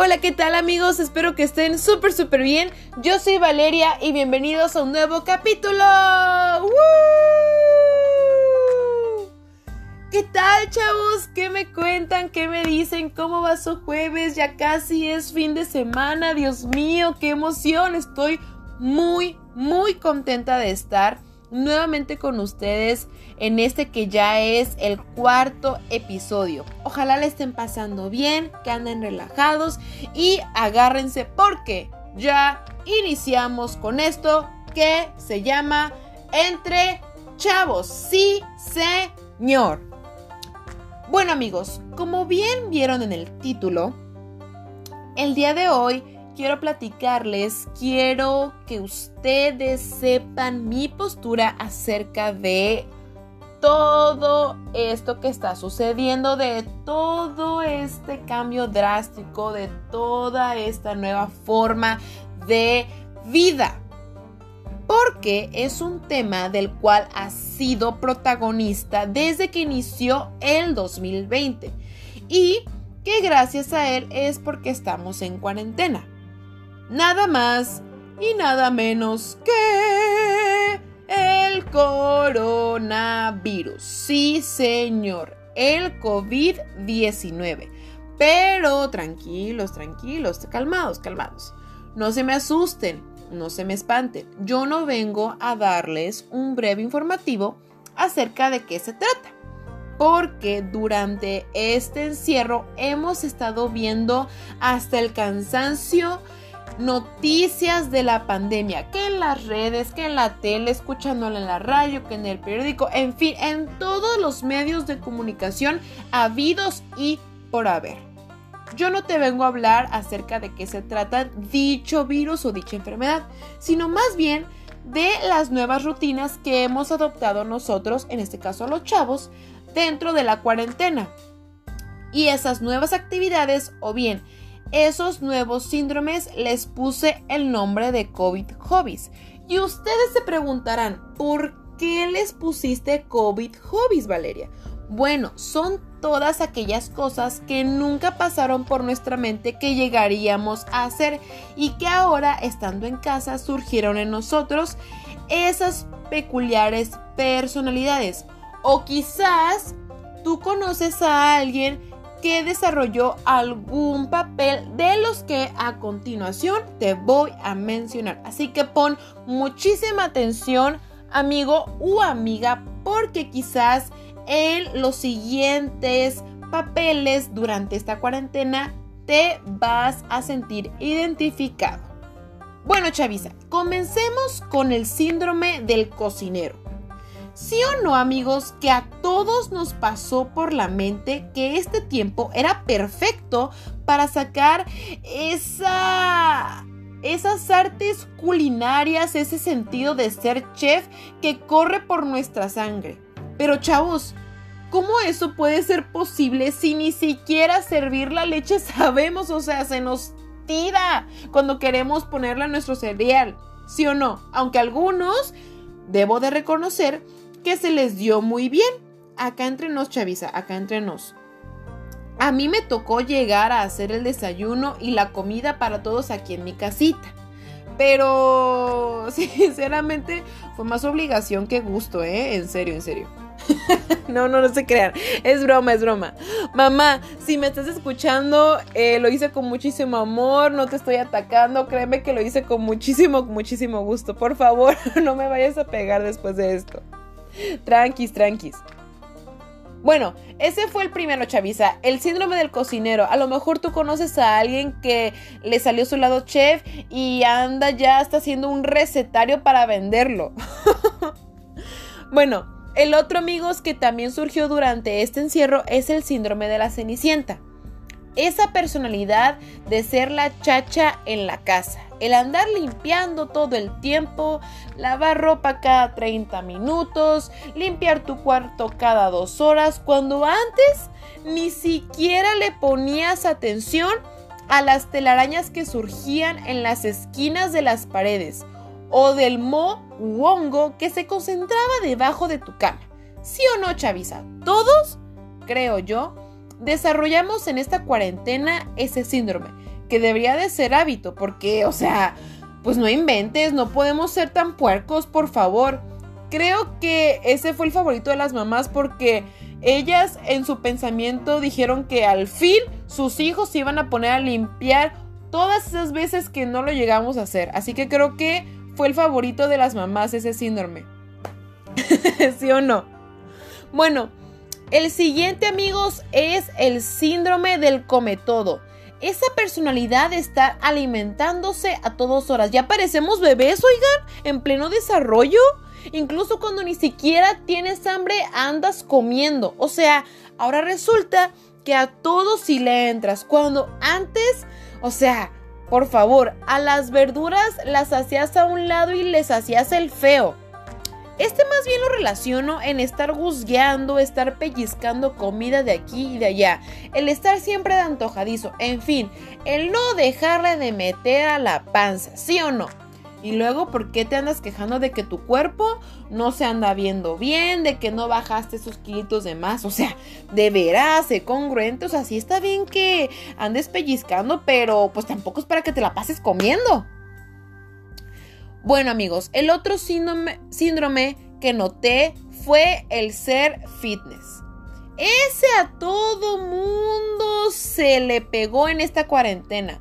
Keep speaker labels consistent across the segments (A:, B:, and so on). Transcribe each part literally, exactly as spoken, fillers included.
A: Hola, ¿qué tal amigos? Espero que estén súper súper bien. Yo soy Valeria y bienvenidos a un nuevo capítulo. ¡Woo! ¿Qué tal, chavos? ¿Qué me cuentan? ¿Qué me dicen? ¿Cómo va su jueves? Ya casi es fin de semana. Dios mío, qué emoción. Estoy muy, muy contenta de estar nuevamente con ustedes en este que ya es el cuarto episodio. Ojalá le estén pasando bien, que anden relajados y agárrense porque ya iniciamos con esto que se llama Entre Chavos. Sí, señor. Bueno amigos, como bien vieron en el título, el día de hoy quiero platicarles, quiero que ustedes sepan mi postura acerca de todo esto que está sucediendo, de todo este cambio drástico, de toda esta nueva forma de vida. Porque es un tema del cual ha sido protagonista desde que inició el dos mil veinte y que gracias a él es porque estamos en cuarentena. Nada más y nada menos que el coronavirus. Sí, señor, el covid diecinueve. Pero tranquilos, tranquilos, calmados, calmados. No se me asusten, no se me espanten. Yo no vengo a darles un breve informativo acerca de qué se trata. Porque durante este encierro hemos estado viendo hasta el cansancio noticias de la pandemia, que en las redes, que en la tele, escuchándola en la radio, que en el periódico, en fin, en todos los medios de comunicación habidos y por haber. Yo no te vengo a hablar acerca de qué se trata dicho virus o dicha enfermedad, sino más bien de las nuevas rutinas que hemos adoptado nosotros, en este caso los chavos, dentro de la cuarentena. Y esas nuevas actividades o bien esos nuevos síndromes les puse el nombre de COVID Hobbies. Y ustedes se preguntarán, ¿por qué les pusiste COVID Hobbies, Valeria? Bueno, son todas aquellas cosas que nunca pasaron por nuestra mente que llegaríamos a hacer y que ahora, estando en casa, surgieron en nosotros esas peculiares personalidades. O quizás tú conoces a alguien que desarrolló algún papel de los que a continuación te voy a mencionar. Así que pon muchísima atención, amigo u amiga, porque quizás en los siguientes papeles durante esta cuarentena te vas a sentir identificado. Bueno, chaviza, comencemos con el síndrome del cocinero. ¿Sí o no, amigos, que a todos nos pasó por la mente que este tiempo era perfecto para sacar esa, esas artes culinarias, ese sentido de ser chef que corre por nuestra sangre? Pero, chavos, ¿cómo eso puede ser posible si ni siquiera servir la leche sabemos? O sea, se nos tira cuando queremos ponerla en nuestro cereal, ¿sí o no? Aunque algunos, debo de reconocer, que se les dio muy bien. Acá entre nos, chaviza, acá entre nos. A mí me tocó llegar a hacer el desayuno y la comida para todos aquí en mi casita. Pero sinceramente fue más obligación que gusto, ¿eh? En serio, en serio. No, no, no se crean. Es broma, es broma. Mamá, si me estás escuchando, eh, lo hice con muchísimo amor. No te estoy atacando. Créeme que lo hice con muchísimo, muchísimo gusto. Por favor, no me vayas a pegar después de esto. Tranquis, tranquis. Bueno, ese fue el primero, chaviza, el síndrome del cocinero. A lo mejor tú conoces a alguien que le salió su lado chef y anda ya hasta haciendo un recetario para venderlo. Bueno, el otro, amigos, que también surgió durante este encierro es el síndrome de la Cenicienta. Esa personalidad de ser la chacha en la casa, el andar limpiando todo el tiempo, lavar ropa cada treinta minutos, limpiar tu cuarto cada dos horas, cuando antes ni siquiera le ponías atención a las telarañas que surgían en las esquinas de las paredes o del moho u hongo que se concentraba debajo de tu cama. ¿Sí o no, chaviza? Todos, creo yo, desarrollamos en esta cuarentena ese síndrome, que debería de ser hábito, porque, o sea, pues no inventes, no podemos ser tan puercos, por favor. Creo que ese fue el favorito de las mamás porque ellas en su pensamiento dijeron que al fin sus hijos se iban a poner a limpiar todas esas veces que no lo llegamos a hacer. Así que creo que fue el favorito de las mamás ese síndrome. ¿Sí o no? Bueno, el siguiente, amigos, es el síndrome del come todo. Esa personalidad de estar alimentándose a todas horas. Ya parecemos bebés, oigan, en pleno desarrollo. Incluso cuando ni siquiera tienes hambre, andas comiendo. O sea, ahora resulta que a todos sí le entras. Cuando antes, o sea, por favor, a las verduras las hacías a un lado y les hacías el feo. Este más bien lo relaciono en estar husgueando, estar pellizcando comida de aquí y de allá, el estar siempre de antojadizo, en fin, el no dejarle de meter a la panza, ¿sí o no? Y luego, ¿por qué te andas quejando de que tu cuerpo no se anda viendo bien, de que no bajaste esos kilitos de más? O sea, de veras, sé congruente, o sea, sí está bien que andes pellizcando, pero pues tampoco es para que te la pases comiendo. Bueno, amigos, el otro síndrome, síndrome que noté fue el ser fitness. Ese a todo mundo se le pegó en esta cuarentena.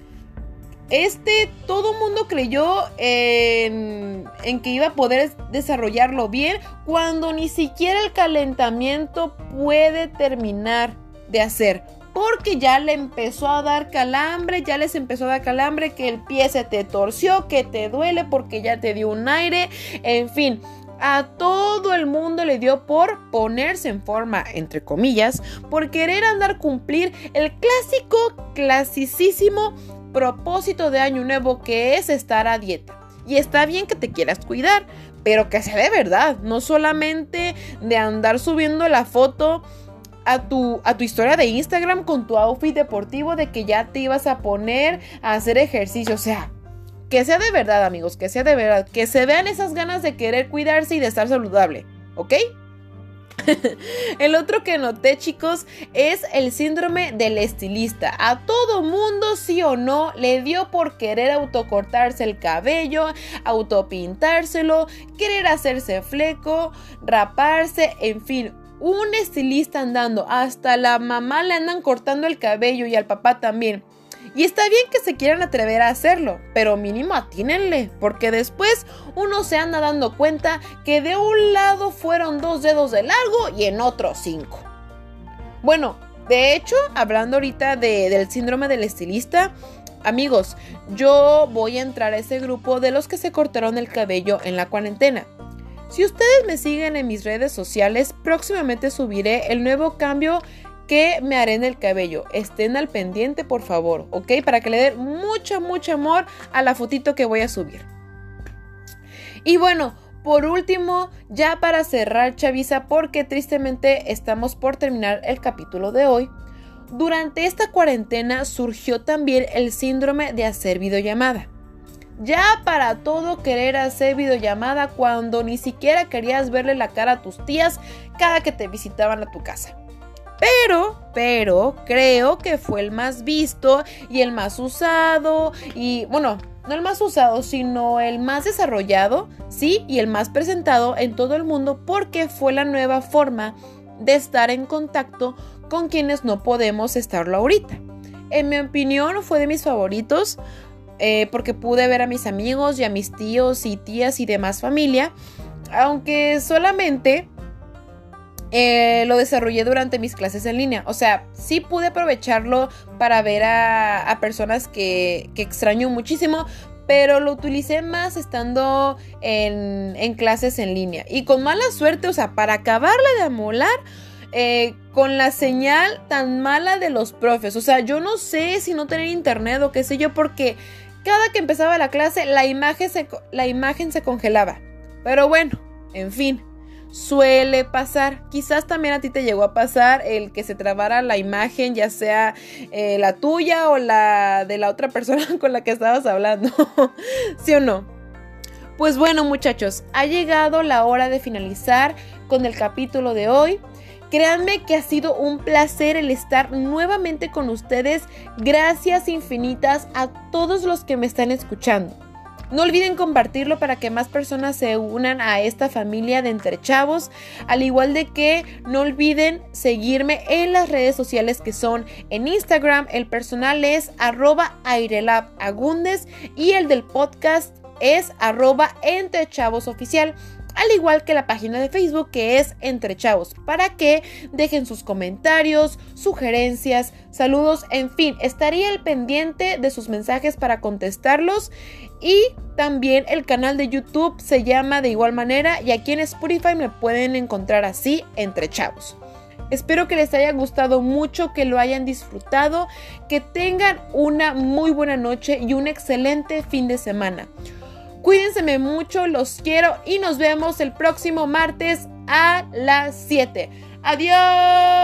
A: Este, todo mundo creyó en, en que iba a poder desarrollarlo bien cuando ni siquiera el calentamiento puede terminar de hacer. Porque ya le empezó a dar calambre, ya les empezó a dar calambre, que el pie se te torció, que te duele porque ya te dio un aire, en fin. A todo el mundo le dio por ponerse en forma, entre comillas, por querer andar cumplir el clásico, clasicísimo propósito de año nuevo que es estar a dieta. Y está bien que te quieras cuidar, pero que sea de verdad, no solamente de andar subiendo la foto a tu, a tu historia de Instagram con tu outfit deportivo de que ya te ibas a poner a hacer ejercicio. O sea, que sea de verdad, amigos, que sea de verdad, que se vean esas ganas de querer cuidarse y de estar saludable, ¿ok? El otro que noté, chicos, es el síndrome del estilista. A todo mundo, sí o no, le dio por querer autocortarse el cabello, autopintárselo, querer hacerse fleco, raparse, en fin. Un estilista andando, hasta la mamá le andan cortando el cabello y al papá también. Y está bien que se quieran atrever a hacerlo, pero mínimo atínenle, porque después uno se anda dando cuenta que de un lado fueron dos dedos de largo y en otro cinco. Bueno, de hecho, hablando ahorita de, del síndrome del estilista, amigos, yo voy a entrar a ese grupo de los que se cortaron el cabello en la cuarentena. Si ustedes me siguen en mis redes sociales, próximamente subiré el nuevo cambio que me haré en el cabello. Estén al pendiente, por favor, ¿ok? Para que le den mucho, mucho amor a la fotito que voy a subir. Y bueno, por último, ya para cerrar, chaviza, porque tristemente estamos por terminar el capítulo de hoy. Durante esta cuarentena surgió también el síndrome de hacer videollamada. Ya para todo querer hacer videollamada cuando ni siquiera querías verle la cara a tus tías cada que te visitaban a tu casa. Pero, pero, creo que fue el más visto y el más usado y, bueno, no el más usado, sino el más desarrollado, sí, y el más presentado en todo el mundo porque fue la nueva forma de estar en contacto con quienes no podemos estarlo ahorita. En mi opinión, fue de mis favoritos. Eh, porque pude ver a mis amigos y a mis tíos y tías y demás familia, aunque solamente eh, lo desarrollé durante mis clases en línea. O sea, sí pude aprovecharlo para ver a, a personas que, que extraño muchísimo, pero lo utilicé más estando en, en clases en línea. Y con mala suerte, o sea, para acabarle de amolar, Eh, con la señal tan mala de los profes. O sea, yo no sé si no tener internet o qué sé yo, porque cada que empezaba la clase la imagen se, la imagen se congelaba. Pero bueno, en fin, suele pasar. Quizás también a ti te llegó a pasar el que se trabara la imagen, ya sea eh, la tuya o la de la otra persona con la que estabas hablando. ¿Sí o no? Pues bueno, muchachos, ha llegado la hora de finalizar con el capítulo de hoy. Créanme que ha sido un placer el estar nuevamente con ustedes. Gracias infinitas a todos los que me están escuchando. No olviden compartirlo para que más personas se unan a esta familia de Entre Chavos, al igual de que no olviden seguirme en las redes sociales que son en Instagram, el personal es arroba airelabagundes y el del podcast es arroba entrechavos.oficial. Al igual que la página de Facebook que es Entre Chavos, para que dejen sus comentarios, sugerencias, saludos, en fin, estaría al pendiente de sus mensajes para contestarlos. Y también el canal de YouTube se llama de igual manera y aquí en Spotify me pueden encontrar así, Entre Chavos. Espero que les haya gustado mucho, que lo hayan disfrutado, que tengan una muy buena noche y un excelente fin de semana. Cuídense mucho, los quiero y nos vemos el próximo martes a las siete. ¡Adiós!